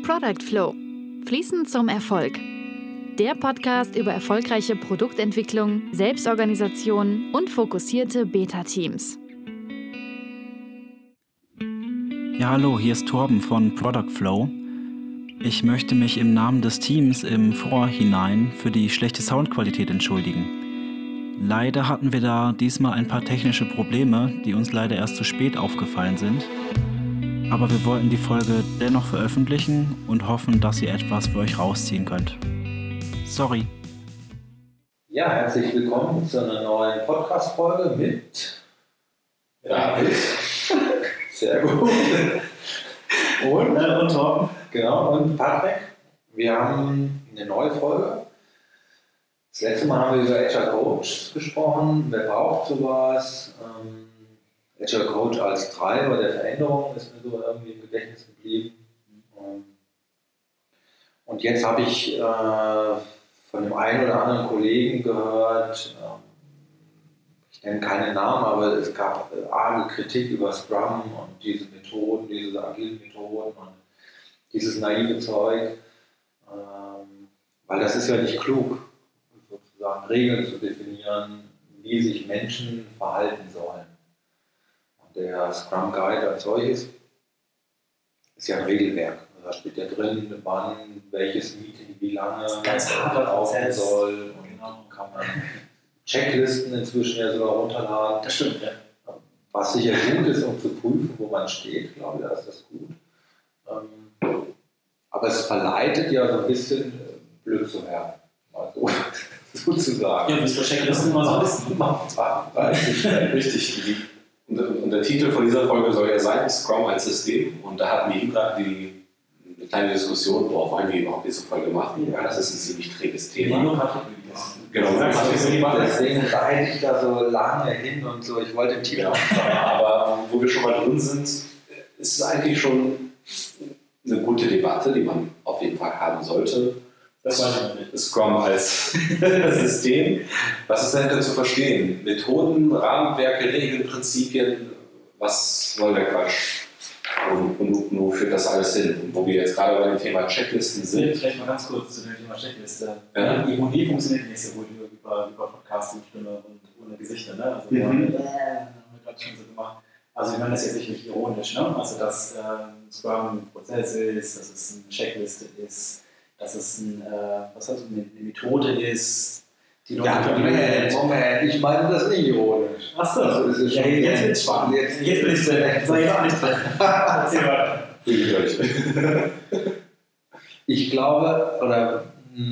Product Flow. Fließend zum Erfolg. Der Podcast über erfolgreiche Produktentwicklung, Selbstorganisation und fokussierte Beta-Teams. Ja, hallo, hier ist Torben von Product Flow. Ich möchte mich im Namen des Teams im Vorhinein für die schlechte Soundqualität entschuldigen. Leider hatten wir da diesmal ein paar technische Probleme, die uns leider erst zu spät aufgefallen sind. Aber wir wollten die Folge dennoch veröffentlichen und hoffen, dass ihr etwas für euch rausziehen könnt. Sorry. Ja, herzlich willkommen zu einer neuen Podcast-Folge mit David. Sehr gut. Und Torben. Genau, und Patrick. Wir haben eine neue Folge. Das letzte Mal haben wir über Agile Coach gesprochen. Wer braucht sowas? Agile Coach als Treiber der Veränderung ist mir so irgendwie im Gedächtnis geblieben. Und jetzt habe ich von dem einen oder anderen Kollegen gehört, ich nenne keine Namen, aber es gab arge Kritik über Scrum und diese Methoden, diese agilen Methoden und dieses naive Zeug, weil das ist ja nicht klug, sozusagen Regeln zu definieren, wie sich Menschen verhalten sollen. Der Scrum Guide als solches ist ja ein Regelwerk. Da steht ja drin, wann welches Meeting wie lange laufen soll. Und genau. Kann man Checklisten inzwischen ja sogar runterladen. Das stimmt, ja. Was sicher gut ist, um zu prüfen, wo man steht, glaube ich, da ist das gut. Aber es verleitet ja so ein bisschen blöd zu werden. Mal so sozusagen. Ja, das für Checklisten immer so. Richtig. Und der Titel von dieser Folge soll ja sein, Scrum als System. Und da hatten wir eben gerade eine kleine Diskussion, worauf wollen wir überhaupt diese Folge machen. Ja, das ist ein ziemlich träges Thema. Genau, deswegen reite ich da so lange hin und so. Ich wollte den Titel aber wo wir schon mal drin sind, ist es eigentlich schon eine gute Debatte, die man auf jeden Fall haben sollte. Scrum als System. Was ist denn zu verstehen? Methoden, Rahmenwerke, Regeln, Prinzipien, was soll der Quatsch? Und wo führt das alles hin? Wo wir jetzt gerade bei dem Thema Checklisten sind. Vielleicht mal ganz kurz zu dem Thema Checkliste. Ja. Ironie funktioniert nicht so gut über Podcasting-Stimme und ohne Gesichter. Ne? Also wir haben gerade schon so gemacht. Also wir meinen das jetzt nicht ironisch. Ne? Also dass Scrum ein Prozess ist, dass es eine Checkliste ist, dass es eine Methode ist, die Leute Moment, ich meine das nicht ironisch. Achso, also, jetzt wird es spannend. Jetzt bin ich drin. So, jetzt nicht drin. Erzähl weiter. Ich glaube,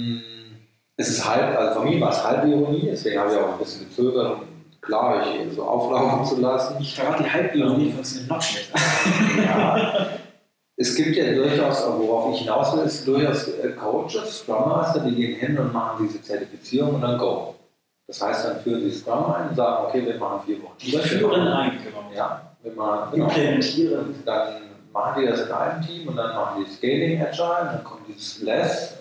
es ist also für mich war es Halbironie, deswegen habe ich auch ein bisschen gezögert, um klar euch so auflaufen zu lassen. Ich verrate, die Halbironie funktioniert noch schlechter. Ja. Es gibt ja durchaus, worauf ich hinaus will, ist durchaus Coaches, Scrum Master, die gehen hin und machen diese Zertifizierung und dann go. Das heißt, dann führen sie Scrum ein und sagen, okay, wir machen 4 Wochen. Die führen ein, genau. Ja, implementieren. Dann machen die das in einem Team und dann machen die Scaling Agile, dann kommt dieses Less,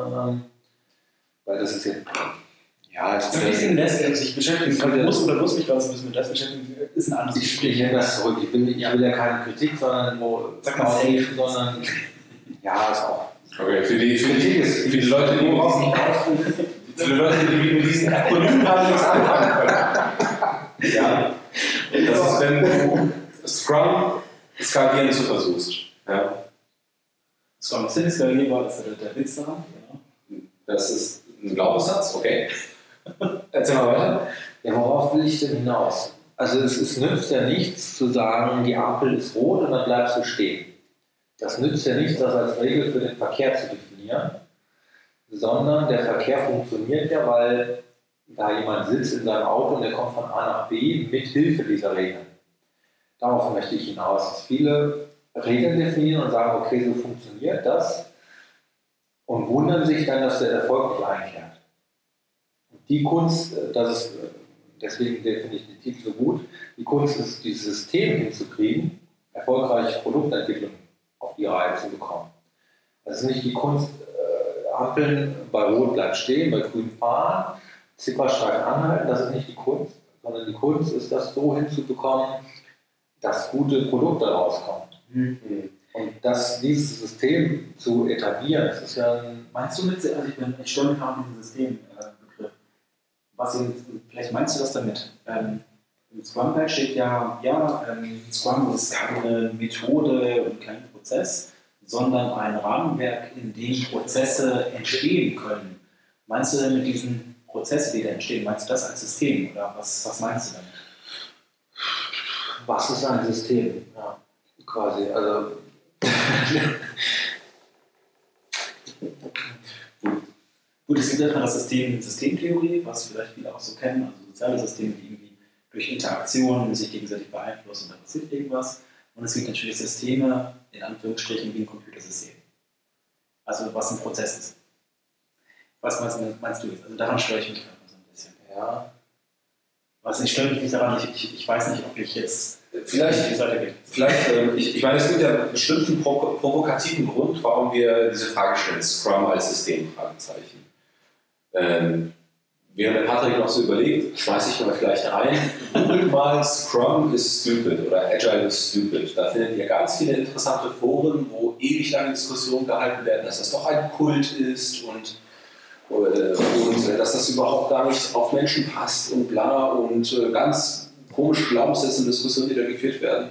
weil das ist jetzt ein bisschen Less, der sich beschäftigen kann, muss mich gerade ein bisschen mit Less beschäftigen, ist ein anderes Gespräch. Ich nehme das zurück. Ich will ja keine Kritik, sondern sondern ja, ist auch. Okay, für die Leute, die mit diesen Akronym nichts anfangen können. Ja, das ist, wenn du Scrum skalieren zu versuchst. Ja. Scrum ist skalierbar, ist der Witz daran. Ja. Das ist ein Glaubenssatz, okay. Erzähl mal weiter. Ja, worauf will ich denn hinaus? Also es nützt ja nichts zu sagen, die Ampel ist rot und dann bleibst du stehen. Das nützt ja nichts, das als Regel für den Verkehr zu definieren, sondern der Verkehr funktioniert ja, weil da jemand sitzt in seinem Auto und der kommt von A nach B mit Hilfe dieser Regeln. Darauf möchte ich hinaus, dass viele Regeln definieren und sagen, okay, so funktioniert das und wundern sich dann, dass der Erfolg nicht einkehrt. Die Kunst, das ist, deswegen finde ich den Titel so gut, die Kunst ist, dieses System hinzukriegen, erfolgreiche Produktentwicklung auf die Reihe zu bekommen. Das ist nicht die Kunst, Ampeln bei Rot bleibt stehen, bei Grün fahren, Zebrastreifen anhalten, das ist nicht die Kunst, sondern die Kunst ist, das so hinzubekommen, dass gute Produkte rauskommen. Und dieses System zu etablieren, das ist ja ein... Meinst du mit, also ich stelle mir gerade diesen Systembegriff, vielleicht meinst du das damit? Im Scrum-Guide steht Scrum ist keine Methode und kein Prozess, sondern ein Rahmenwerk, in dem Prozesse entstehen können. Meinst du denn mit diesen Prozessen, die da entstehen, meinst du das als System oder was meinst du damit? Was ist ein System? Ja, quasi, also... Gut, es gibt erstmal das Systemtheorie, was vielleicht viele auch so kennen, also soziale Systeme, die irgendwie durch Interaktionen sich gegenseitig beeinflussen und da passiert irgendwas. Und es gibt natürlich Systeme, in Anführungsstrichen, wie ein Computersystem. Also was ein Prozess ist. Was meinst du jetzt? Also daran störe ich mich gerade so ein bisschen. Ja. Ich störe mich nicht daran, ich weiß nicht, ob ich jetzt... Vielleicht, ich meine, es gibt ja einen bestimmten provokativen Grund, warum wir diese Frage stellen, Scrum als System, Fragezeichen. Während der Patrick noch so überlegt, schmeiße ich mal vielleicht rein, googelt mal Scrum is stupid oder Agile is stupid. Da findet ihr ganz viele interessante Foren, wo ewig lange Diskussionen gehalten werden, dass das doch ein Kult ist und dass das überhaupt gar nicht auf Menschen passt und bla und ganz komische Glaubenssätze und Diskussionen, die da geführt werden,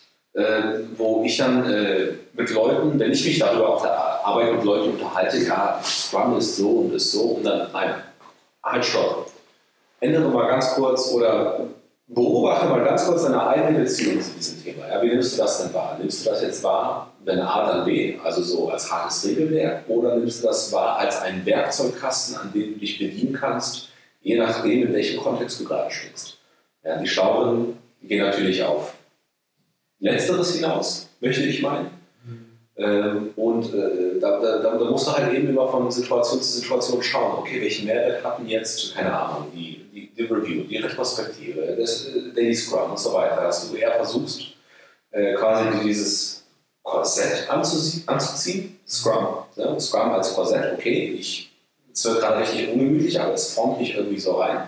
wo ich dann mit Leuten, wenn ich mich darüber auf der Arbeit mit Leuten unterhalte, ja, Scrum ist so und dann, nein, halt stopp. Ändere mal ganz kurz oder beobachte mal ganz kurz deine eigene Beziehung zu diesem Thema. Ja, wie nimmst du das denn wahr? Nimmst du das jetzt wahr, wenn A dann B, also so als hartes Regelwerk, oder nimmst du das wahr als einen Werkzeugkasten, an dem du dich bedienen kannst, je nachdem, in welchem Kontext du gerade steckst? Ja, die Schlaueren gehen natürlich auf Letzteres hinaus, möchte ich meinen. Da musst du halt eben immer von Situation zu Situation schauen, okay, welchen Mehrwert hatten jetzt, keine Ahnung, die Review, die Retrospektive, das Daily Scrum und so weiter, dass du eher versuchst, quasi dieses Korsett anzuziehen, Scrum als Korsett, okay, es wird gerade richtig ungemütlich, aber es formt mich irgendwie so rein.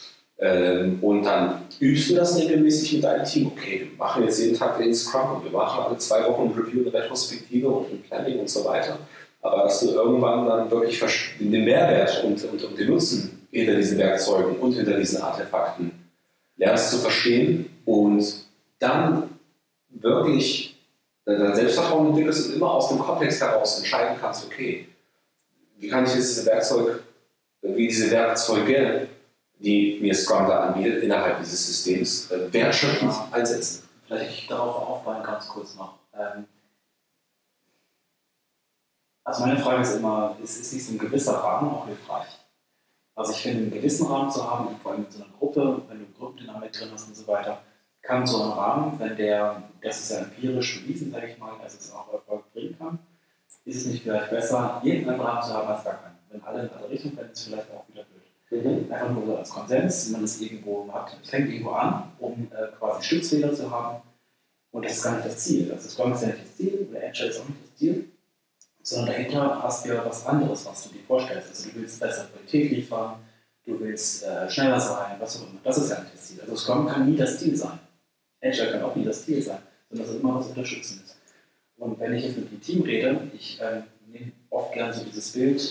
Und dann übst du das regelmäßig mit deinem Team. Okay, wir machen jetzt jeden Tag den Scrum und wir machen alle 2 Wochen ein Review, eine Retrospektive und ein Planning und so weiter. Aber dass du irgendwann dann wirklich den Mehrwert und den Nutzen hinter diesen Werkzeugen und hinter diesen Artefakten lernst zu verstehen und dann wirklich dein Selbstvertrauen entwickelst und immer aus dem Kontext heraus entscheiden kannst, okay, wie kann ich diese Werkzeuge, die mir Scrum da anbietet, innerhalb dieses Systems wertschöpfend einsetzen. Vielleicht ich darauf aufbauen, ganz kurz noch. Also meine Frage ist immer, ist nicht so ein gewisser Rahmen auch hilfreich? Also ich finde, einen gewissen Rahmen zu haben, vor allem mit so einer Gruppe, wenn du Gruppendynamik drin hast und so weiter, kann so ein Rahmen, das ist ja empirisch bewiesen, sage ich mal, dass es auch Erfolg bringen kann, ist es nicht vielleicht besser, irgendeinen Rahmen zu haben als gar keinen. Wenn alle in alle Richtungen werden, ist es vielleicht auch wieder blöd. Einfach nur so als Konsens, man es irgendwo hat, fängt irgendwo an, um quasi Stützfehler zu haben. Und das ist gar nicht das Ziel. Also Scrum ist ja nicht das Ziel, oder Agile ist auch nicht das Ziel, sondern dahinter hast du ja was anderes, was du dir vorstellst. Also du willst bessere Qualität liefern, du willst schneller sein, was auch immer. Das ist ja nicht das Ziel. Also Scrum kann nie das Ziel sein. Agile kann auch nie das Ziel sein, sondern das ist immer was Unterstützendes. Und wenn ich jetzt mit dem Team rede, ich nehme oft gerne so dieses Bild,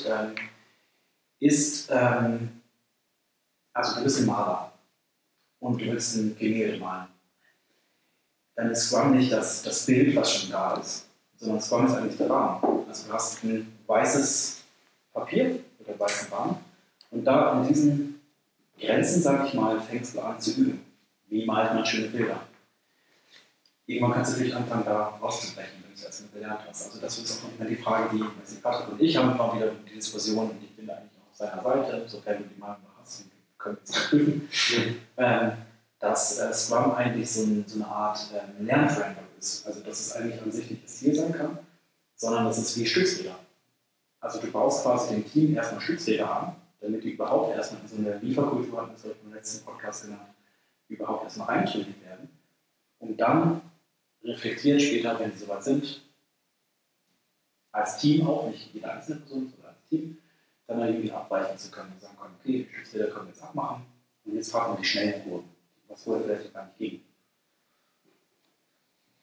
also du bist ein Maler und du willst ein Gemälde malen. Dann ist Scrum nicht das Bild, was schon da ist, sondern Scrum ist eigentlich der Rahmen. Also du hast ein weißes Papier oder weißen Rahmen und da in diesen Grenzen, sage ich mal, fängst du an zu üben. Wie malt man schöne Bilder? Irgendwann kannst du natürlich anfangen, da auszubrechen, wenn du es erstmal gelernt hast. Also das ist auch immer die Frage, die Patrick und ich haben immer wieder die Diskussion, und ich bin da eigentlich auch auf seiner Seite, sofern du die Meinung hast, können wir es prüfen, dass Scrum eigentlich so eine Art Lernframework ist. Also dass es eigentlich an sich nicht das Ziel sein kann, sondern das ist wie Stützräder. Also du baust quasi dem Team erstmal Stützräder an, damit die überhaupt erstmal in so eine Lieferkultur, das habe ich im letzten Podcast genannt, überhaupt erstmal eintrainiert werden, um dann reflektieren später, wenn sie soweit sind, als Team auch, nicht jede einzelne Person, sondern als Team, dann irgendwie abweichen zu können und sagen können, okay, die Stützräder können wir jetzt abmachen und jetzt fahren wir die schnellen Kurven, was vorher vielleicht gar nicht ging.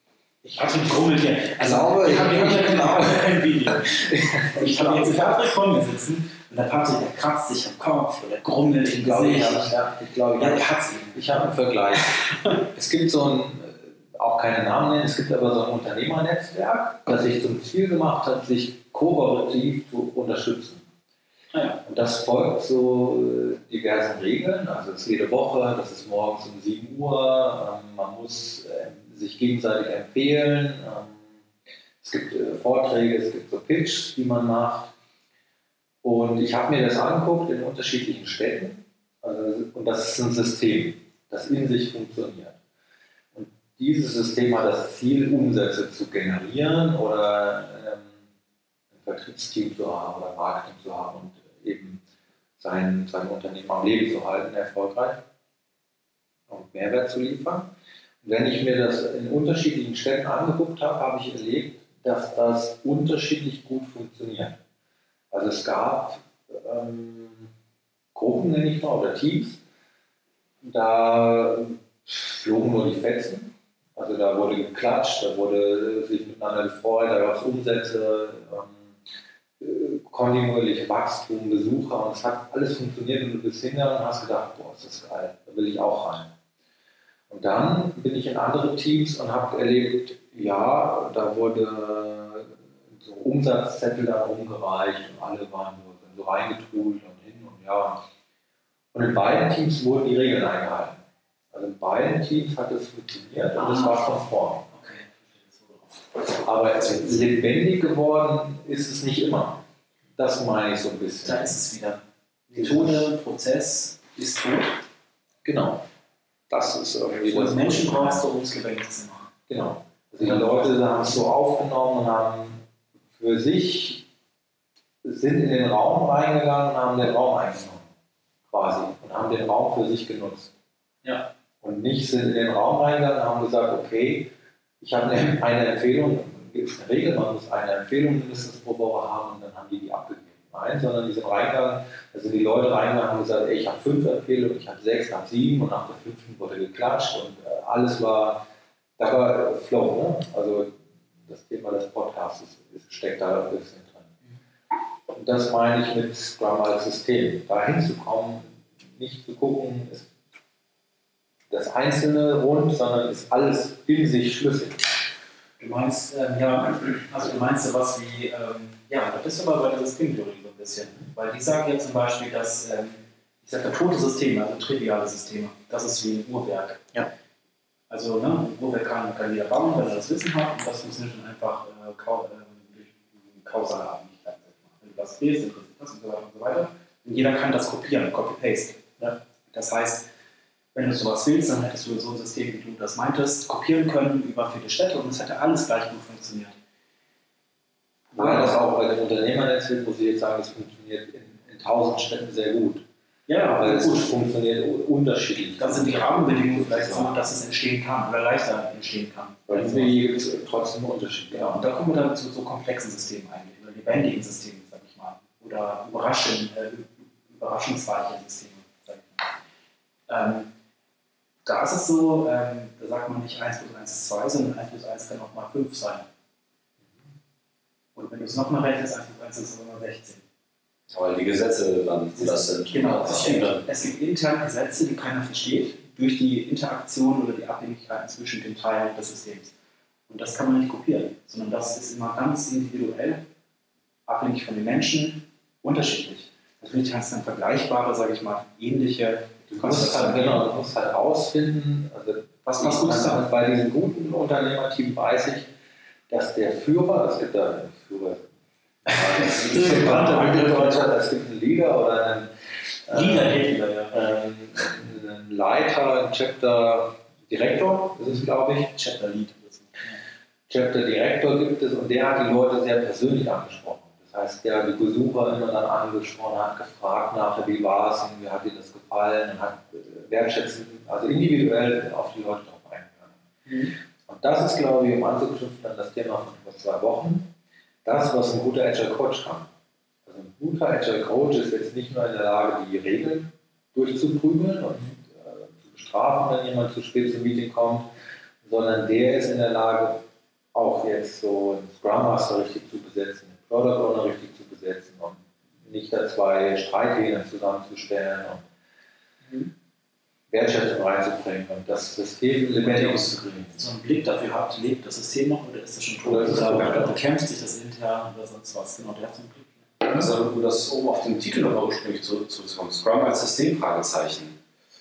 Ich hatte einen Grummel hier. Also, wir haben ja kein Video. Ich habe jetzt Patrick vor mir sitzen und der Patrick, der kratzt sich am Kopf oder grummelt im Gesicht. Ich habe einen Vergleich. Es gibt so ein, auch keine Namen nennen, es gibt aber so ein Unternehmernetzwerk, das sich zum Ziel gemacht hat, sich kooperativ zu unterstützen. Und das folgt so diversen Regeln, also es ist jede Woche, das ist morgens um 7 Uhr, man muss sich gegenseitig empfehlen, es gibt Vorträge, es gibt so Pitches, die man macht. Und ich habe mir das angeguckt in unterschiedlichen Städten, und das ist ein System, das in sich funktioniert. Und dieses System hat das Ziel, Umsätze zu generieren oder ein Vertriebsteam zu haben oder Marketing zu haben und eben sein Unternehmen am Leben zu halten, erfolgreich und Mehrwert zu liefern. Und wenn ich mir das in unterschiedlichen Städten angeguckt habe, habe ich erlebt, dass das unterschiedlich gut funktioniert. Also es gab Gruppen, nenne ich mal, oder Teams, da flogen nur die Fetzen. Also da wurde geklatscht, da wurde sich miteinander gefreut, da gab es Umsätze, kontinuierlich Wachstum, Besucher, und es hat alles funktioniert und du bist hingegangen und hast gedacht, boah, ist das geil, da will ich auch rein. Und dann bin ich in andere Teams und habe erlebt, ja, da wurde so Umsatzzettel da rumgereicht und alle waren so reingetrudelt und hin und ja. Und in beiden Teams wurden die Regeln eingehalten. Also in beiden Teams hat es funktioniert und es war konform. Aber lebendig geworden ist es nicht immer. Das meine ich so ein bisschen. Da ist es wieder. Methode, Prozess ist tot. Genau. Das ist irgendwie und das. Menschen brauchst du, um es lebendig zu machen. Genau. Also die Leute haben es so aufgenommen und haben für sich, sind in den Raum reingegangen und haben den Raum eingenommen. Quasi. Und haben den Raum für sich genutzt. Ja. Und nicht sind in den Raum reingegangen und haben gesagt, okay, ich habe eine Empfehlung, es ist eine Regel, man muss eine Empfehlung mindestens pro Woche haben und dann haben die abgegeben. Nein, sondern die sind reingegangen, also die Leute reingegangen und haben gesagt, ey, ich habe 5 Empfehlungen, ich habe 6, ich habe 7 und nach der 5. wurde geklatscht und alles war, da war Flow, ne? Also das Thema des Podcasts steckt da ein bisschen drin. Und das meine ich mit Scrum als System, da hinzukommen, nicht zu gucken, ist das Einzelne rund, sondern ist alles in sich schlüssig. Du meinst, du meinst sowas wie, da bist du aber bei der Systemtheorie so ein bisschen. Weil die sagen ja zum Beispiel, dass, ich sage tote Systeme, also triviale Systeme, das ist wie ein Uhrwerk. Ja. Also, ein Uhrwerk kann jeder bauen, wenn er das Wissen hat, und das funktioniert dann einfach durch kausale Abhängigkeiten. Wenn du das drehst, dann das und so weiter und so weiter. Und jeder kann das kopieren, Copy-Paste. Ja. Das heißt, wenn du sowas willst, dann hättest du so ein System, wie du das meintest, kopieren können über viele Städte und es hätte alles gleich gut funktioniert. Weil das auch bei dem Unternehmernetzwerk, muss ich jetzt sagen, das funktioniert in 1000 Städten sehr gut. Ja, weil es funktioniert unterschiedlich. Dann sind die Rahmenbedingungen vielleicht so, dass es entstehen kann oder leichter entstehen kann. Weil hier gibt es trotzdem Unterschiede. Ja, und da kommen wir dann zu so komplexen Systemen eigentlich, oder lebendigen Systemen, sag ich mal. Oder überraschungsreiche Systeme, sag ich mal. Da ist es so, da sagt man nicht 1 plus 1 ist 2, sondern 1 plus 1 kann auch mal 5 sein. Und wenn du es nochmal rechnest, 1 plus 1 ist immer 16. Weil die Gesetze dann das sind. Genau, es gibt interne Gesetze, die keiner versteht, durch die Interaktion oder die Abhängigkeiten zwischen den Teilen des Systems. Und das kann man nicht kopieren, sondern das ist immer ganz individuell, abhängig von den Menschen, unterschiedlich. Natürlich kannst du dann vergleichbare, sage ich mal, ähnliche. Du musst halt rausfinden, also was gut ist. Bei diesem guten Unternehmerteam weiß ich, dass der Führer, es gibt da einen Führer, es gibt einen Leader oder einen Leiter, einen Chapter Direktor, das ist glaube ich. Chapter Lead. Chapter Direktor gibt es und der hat die Leute sehr persönlich angesprochen. Das heißt, der hat die Besucher immer dann angesprochen, hat gefragt nachher, wie war es und wie hat dir das gefallen und hat wertschätzend, also individuell auf die Leute drauf eingegangen. Und das ist, glaube ich, um anzuknüpfen an das Thema von vor 2 Wochen, das, was ein guter Agile Coach kann. Also ein guter Agile Coach ist jetzt nicht nur in der Lage, die Regeln durchzuprügeln und zu bestrafen, wenn jemand zu spät zum Meeting kommt, sondern der ist in der Lage, auch jetzt so einen Scrum Master richtig zu besetzen, einen Product Owner richtig zu besetzen und nicht da 2 Streitlinien zusammenzustellen und Wertschätzung reinzubringen und das System lebendig auszukriegen. So einen Blick dafür habt, lebt das System noch oder ist das schon tot? Oder bekämpft sich das intern oder sonst was? Genau, der hat so einen Blick. Also, um das oben auf den Titel noch ursprünglich zurückzukommen, Scrum als System, Fragezeichen.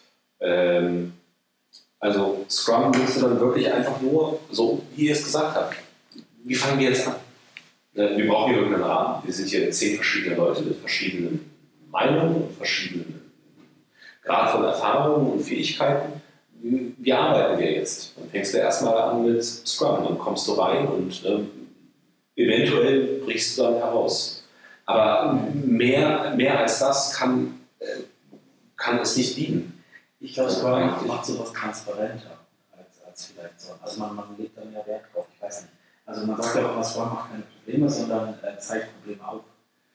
Also Scrum willst du dann wirklich einfach nur, so wie ihr es gesagt habt, wie fangen wir jetzt an? Wir brauchen hier irgendeinen Rahmen. Wir sind hier 10 verschiedene Leute mit verschiedenen Meinungen und verschiedenen Grad von Erfahrungen und Fähigkeiten. Wie arbeiten wir jetzt? Dann fängst du erstmal an mit Scrum, dann kommst du rein und eventuell brichst du dann heraus. Aber mehr als das kann es nicht dienen. Ich glaube, Scrum macht sowas transparenter als vielleicht so. Also man legt da mehr Wert drauf, ich weiß nicht. Also man sagt ja auch immer, Scrum macht keine Probleme, sondern zeigt Probleme auf.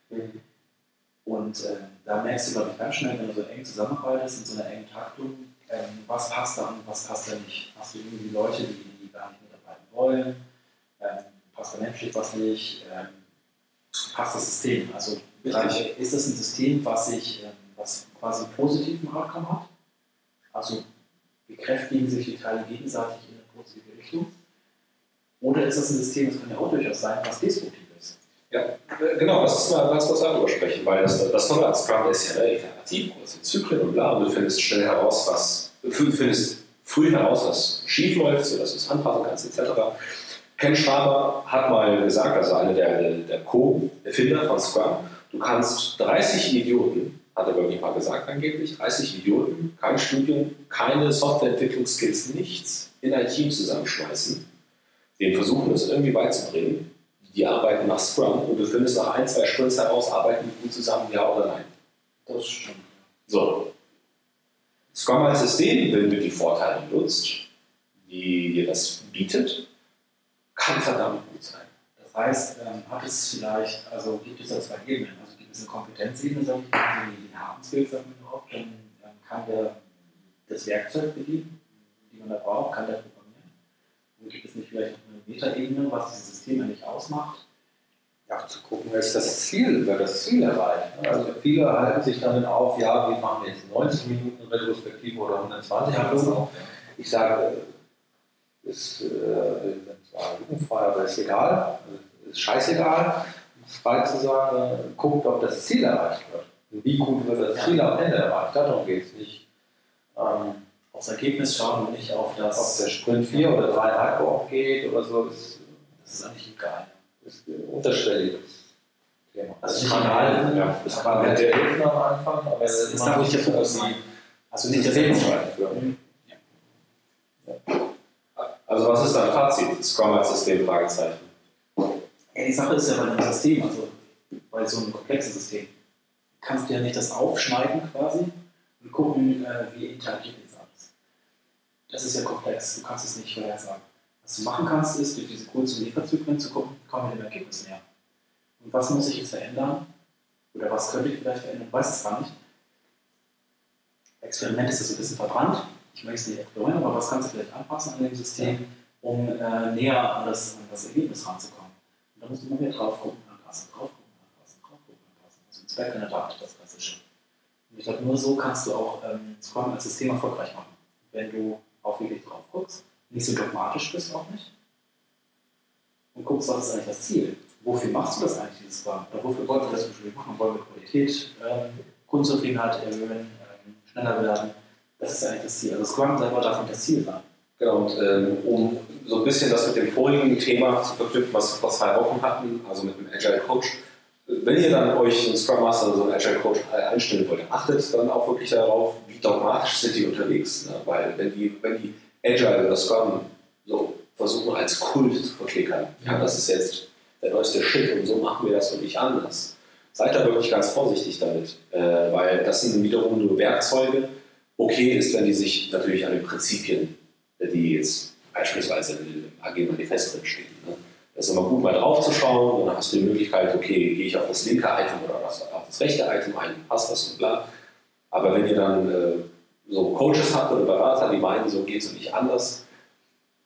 Und da merkst du, glaube ich, ganz schnell, wenn du so eng zusammenarbeitest, in so einer engen Taktung, was passt da und was passt da nicht. Hast du irgendwie Leute, die gar nicht mitarbeiten wollen, passt da menschlich was nicht, passt das System. Also ist das ein System, was quasi einen positiven Outcome hat? Also bekräftigen sich die Teile gegenseitig in eine positive Richtung? Oder ist das ein System, das kann ja auch durchaus sein, was destruktiv ist? Ja, genau, lass uns mal ganz kurz darüber sprechen, weil das Tolle an Scrum ist ja iterativ, kurze Zyklen und bla, und du findest schnell heraus, früh heraus, was schief läuft, sodass du es anpassen kannst, etc. Ken Schwaber hat mal gesagt, also einer der Co-Erfinder von Scrum, du kannst 30 Idioten, hat er wirklich mal gesagt angeblich, 30 Idioten, kein Studium, keine Softwareentwicklungsskills, nichts in ein Team zusammenschmeißen, denen versuchen es irgendwie beizubringen, die arbeiten nach Scrum und du findest nach 1-2 Sprints heraus, arbeiten die gut zusammen, ja oder nein. Das stimmt. So. Scrum als System, wenn du die Vorteile nutzt, die dir das bietet, kann verdammt gut sein. Das heißt, hat es vielleicht, also gibt es da 2 Ebenen, also gibt es eine Kompetenzebene, sage ich mal, also die harten Skills, sagen wir drauf, dann kann der das Werkzeug bedienen, die man da braucht, kann der programmieren. Und gibt es nicht vielleicht noch eine Metaebene, was dieses System eigentlich ausmacht? Ja, zu gucken, ist das Ziel, wird das Ziel erreicht. Also viele halten sich damit auf, ja, wir machen jetzt 90 Minuten Retrospektive oder 120 Minuten. Ich sage, ist zwar jugendfrei, aber ist egal, ist scheißegal, um es frei zu sagen, guckt, ob das Ziel erreicht wird. Und wie gut wird das Ziel am Ende erreicht, darum geht es nicht. Aufs Ergebnis schauen und nicht auf das. Ob der Sprint 4 oder 3,5 auch geht oder so, das ist eigentlich egal. Das ist ein unterschwelliges Thema. Also es kann halt der helfen am Anfang, aber es darf nicht der Fokus sein. Also nicht der Selbstschreiben führen. Also was ist dein Fazit? Scrum als System? Fragezeichen. Ja, die Sache ist ja bei einem System, also bei so einem komplexen System, kannst du ja nicht das aufschneiden quasi und gucken, wie interagiert jetzt alles. Das ist ja komplex, du kannst es nicht vorhersagen. Was du machen kannst, ist, durch diese kurzen Lieferzyklen zu gucken, kommen wir dem Ergebnis näher. Und was muss ich jetzt verändern? Oder was könnte ich vielleicht verändern? Ich weiß es gar nicht. Experiment ist das so ein bisschen verbrannt. Ich möchte es nicht experimentieren, aber was kannst du vielleicht anpassen an dem System, um näher an das Ergebnis ranzukommen? Und da musst du immer wieder drauf gucken, anpassen. Also ins Back in der Tat, das Klassische. Und ich glaube, nur so kannst du auch Scrum als System erfolgreich machen. Wenn du auch wirklich drauf guckst, nicht so dogmatisch bist auch nicht, und guckst, was ist eigentlich das Ziel? Wofür machst du das eigentlich, dieses Scrum? Oder wofür wollen wir das zum machen? Wollen wir Qualität, Kundenzufriedenheit erhöhen, schneller werden? Das ist eigentlich das Ziel. Also Scrum selber darf nicht das Ziel sein. Genau, und um so ein bisschen das mit dem vorigen Thema zu verknüpfen, was wir vor 2 Wochen hatten, also mit dem Agile Coach, wenn ihr dann euch einen Scrum Master oder so einen Agile Coach einstellen wollt, achtet dann auch wirklich darauf, wie dogmatisch sind die unterwegs. Ne? Weil wenn die Agile oder Scrum so versuchen als Kult zu verklickern, ja, das ist jetzt der neueste Shit und so machen wir das und nicht anders. Seid da wirklich ganz vorsichtig damit, weil das sind wiederum nur Werkzeuge. Okay ist, wenn die sich natürlich an den Prinzipien, die jetzt beispielsweise im Agilen Manifest drinstehen. Ne? Das ist immer gut, mal drauf zu schauen und dann hast du die Möglichkeit, okay, gehe ich auf das linke Item oder auf das rechte Item ein, passt das und bla. Aber wenn ihr dann so Coaches habt oder Berater, die meinen, so geht es und nicht anders,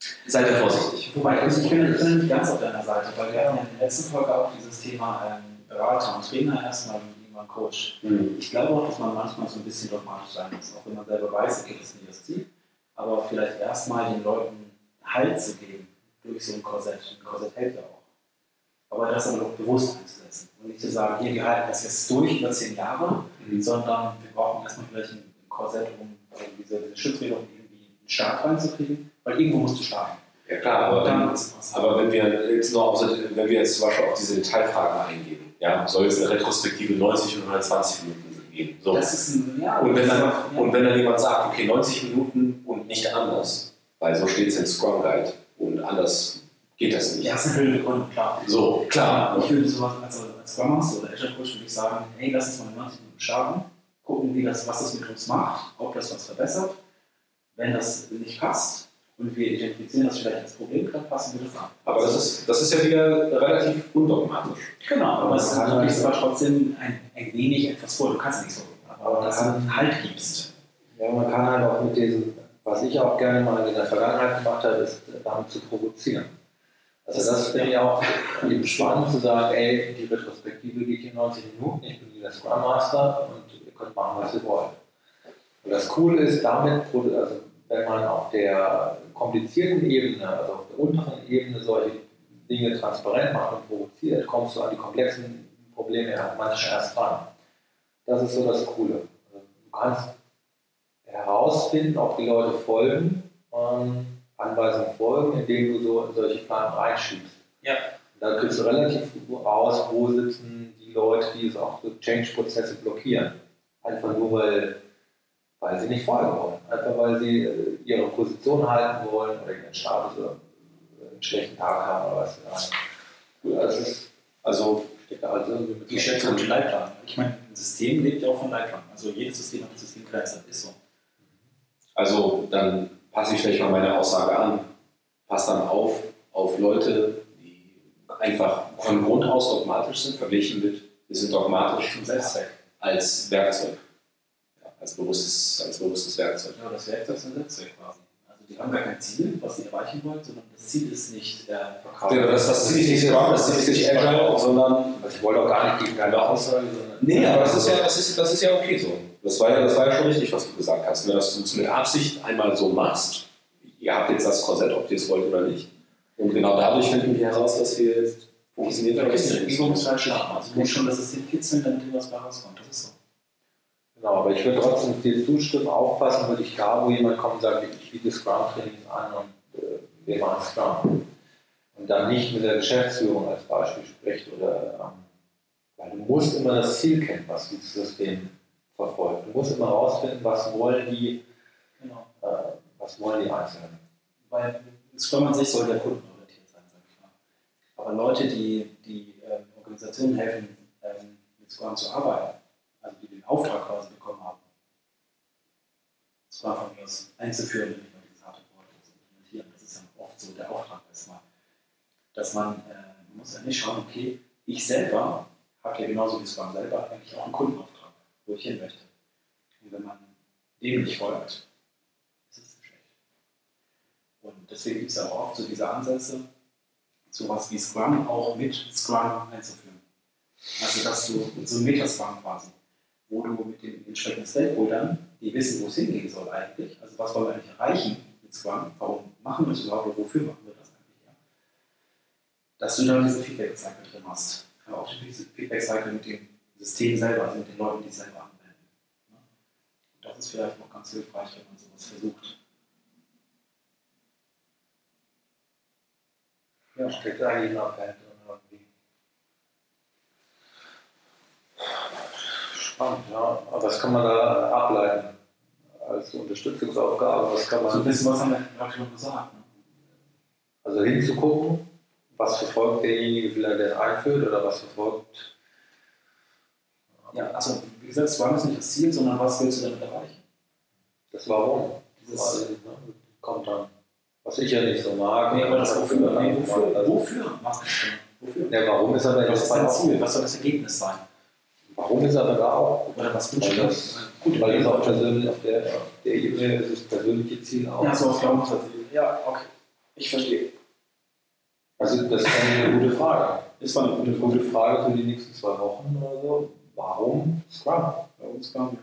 Seid ihr vorsichtig. Wobei, ich bin nicht ganz auf deiner Seite, weil wir hatten ja in der letzten Folge auch dieses Thema Berater und Trainer erstmal und irgendwann Coach. Ich glaube auch, dass man manchmal so ein bisschen dogmatisch sein muss, auch wenn man selber weiß, okay, das ist nicht das Ziel, aber vielleicht erstmal den Leuten Halt zu geben durch so ein Korsett. Ein Korsett hält ja auch. Aber das aber auch bewusst einzusetzen und nicht zu sagen, hier, wir halten das jetzt durch über 10 Jahre, sondern wir brauchen erstmal vielleicht ein Korsett, um diese Schutzregelung irgendwie einen Start reinzukriegen, weil irgendwo musst du starten. Ja klar, aber wenn wir jetzt zum Beispiel auf diese Detailfragen eingehen, ja, soll es eine Retrospektive 90 und 120 Minuten geben? So. Das ist und wenn dann jemand sagt, okay, 90 Minuten und nicht anders, weil so steht es im Scrum Guide und anders geht das nicht. Ja, das ist ein Gründe, klar. So, klar. Ich würde sowas als Scrum Master oder Agile Coach würde ich sagen, hey, lass uns mal 90 Minuten starten, gucken, was das mit uns macht, ob das was verbessert. Wenn das nicht passt und wir identifizieren das vielleicht als Problem, dann passen wir das an. Aber das ist ja wieder relativ undogmatisch. Genau, aber es ist aber trotzdem ein wenig etwas vor. Du kannst nicht so, aber dass du Halt gibst. Ja, man kann halt auch mit diesem, was ich auch gerne mal in der Vergangenheit gemacht habe, ist damit zu provozieren. Also das finde ich auch eben spannend zu sagen, ey, die Retrospektive geht hier 90 Minuten, ich bin hier der Scrum Master und ihr könnt machen, was ihr wollt. Und das Coole ist damit, also wenn man auf der komplizierten Ebene, also auf der unteren Ebene solche Dinge transparent macht und provoziert, kommst du an die komplexen Probleme manchmal erst dran. Das ist so das Coole. Also du kannst herausfinden, ob die Leute folgen, Anweisungen folgen, indem du so in solche Planen reinschiebst. Ja. Da kriegst du relativ raus, wo sitzen die Leute, die es auch so Change-Prozesse blockieren. Einfach nur, weil sie nicht folgen wollen. Einfach weil sie ihre Position halten wollen oder ihren Status oder einen schlechten Tag haben oder was. Das ist, also steckt da also die schätze gute Leitplan. Ich meine, ein System lebt ja auch von Leitplan. Also jedes System hat ein Systemgrenze. Ist so. Also dann passe ich vielleicht mal meine Aussage an. Pass dann auf Leute, die einfach von Grund aus dogmatisch sind, verglichen mit, wir sind dogmatisch zum Selbstzweck. Als Werkzeug. Als bewusstes Werkzeug. Ja, das Werkzeug ist ein Selbstzweck quasi. Also die haben gar kein Ziel, was sie erreichen wollen, sondern das Ziel ist nicht der Verkauf. Ja, das Ziel ist nicht Scrum, das Ziel ist nicht Agile, sondern ich wollte auch gar nicht gegen deine Aussage, sondern. Nee, aber das ist ja okay so. Das war ja schon richtig, was du gesagt hast. Dass du es mit Absicht einmal so machst, ihr habt jetzt das Korsett, ob ihr es wollt oder nicht. Und genau dadurch finden wir heraus, dass wir jetzt funktioniert. Die Übung ist halt schlafen. Also du musst schon das System kitzeln, damit irgendwas bei rauskommt. Das ist so. Genau, aber ich würde trotzdem dir zustimmen, aufpassen, wirklich da, wo jemand kommt und sagt, ich biete Scrum-Trainings an und wir machen Scrum. Und dann nicht mit der Geschäftsführung als Beispiel spricht oder weil du musst immer das Ziel kennen, was dieses System verfolgt. Du musst immer herausfinden, was wollen die Einzelnen. Weil Scrum an sich soll ja kundenorientiert sein, sag ich mal. Aber Leute, die Organisationen helfen, mit Scrum zu arbeiten, also die den Auftrag quasi bekommen haben, Scrum von mir aus einzuführen, wenn ich mal dieses harte Wort zu implementieren. Das ist ja oft so der Auftrag erstmal. Dass man muss ja nicht schauen, okay, ich selber habe ja genauso wie Scrum selber eigentlich auch einen Kundenauftrag, wo ich hin möchte. Und wenn man dem nicht folgt, ist es schlecht. Und deswegen gibt es ja auch oft so diese Ansätze, sowas wie Scrum auch mit Scrum einzuführen. Also dass du so ein Meta-Scrum quasi, wo du mit den entsprechenden Stakeholdern, die wissen, wo es hingehen soll eigentlich, also was wollen wir eigentlich erreichen mit Scrum, warum machen wir das überhaupt oder wofür machen wir das eigentlich, ja? Dass du dann diese Feedback-Cycle drin hast. Aber auch diese Feedback-Cycle mit dem System selber, also mit den Leuten, die es selber anwenden. Ja? Und das ist vielleicht noch ganz hilfreich, wenn man sowas versucht. Ja, steckt eigentlich ein Appell drin irgendwie. Spannend, ja. Aber was kann man da ableiten als Unterstützungsaufgabe? Was kann man so ein bisschen, was haben wir gerade schon gesagt. Ne? Also hinzugucken, was verfolgt derjenige vielleicht, der es einführt, oder was verfolgt. Ja, also wie gesagt, Scrum ist nicht das Ziel, sondern was willst du damit erreichen? Das Warum. Dieses kommt dann. Was ich ja nicht so mag. Nee, aber das Wofür? Nee, wofür machst du das denn? Wofür? Ja, warum ist aber was ist dein Ziel? Was soll das Ergebnis sein? Warum ist aber da auch? Oder was wünschst du das? Gut, weil es auch persönlich auf der Ebene ist, das persönliche Ziel auch. Ja, so auf Glaubensziel. Ja, okay. Ich verstehe. Also das ist eine gute Frage. Das war eine gute Frage für die nächsten 2 Wochen oder so. Warum Scrum? Warum Scrum?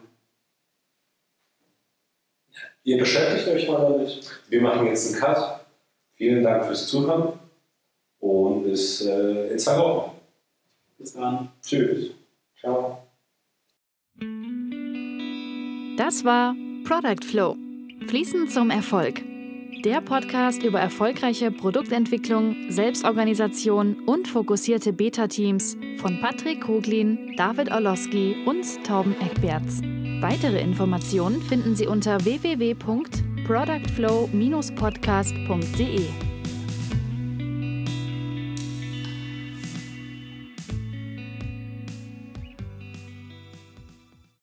Ihr beschäftigt euch mal damit. Wir machen jetzt einen Cut. Vielen Dank fürs Zuhören und bis in 2 Wochen. Bis dann. Tschüss. Ciao. Das war Product Flow. Fließend zum Erfolg. Der Podcast über erfolgreiche Produktentwicklung, Selbstorganisation und fokussierte Beta-Teams von Patrick Koglin, David Orlowski und Torben Eckberts. Weitere Informationen finden Sie unter www.productflow-podcast.de.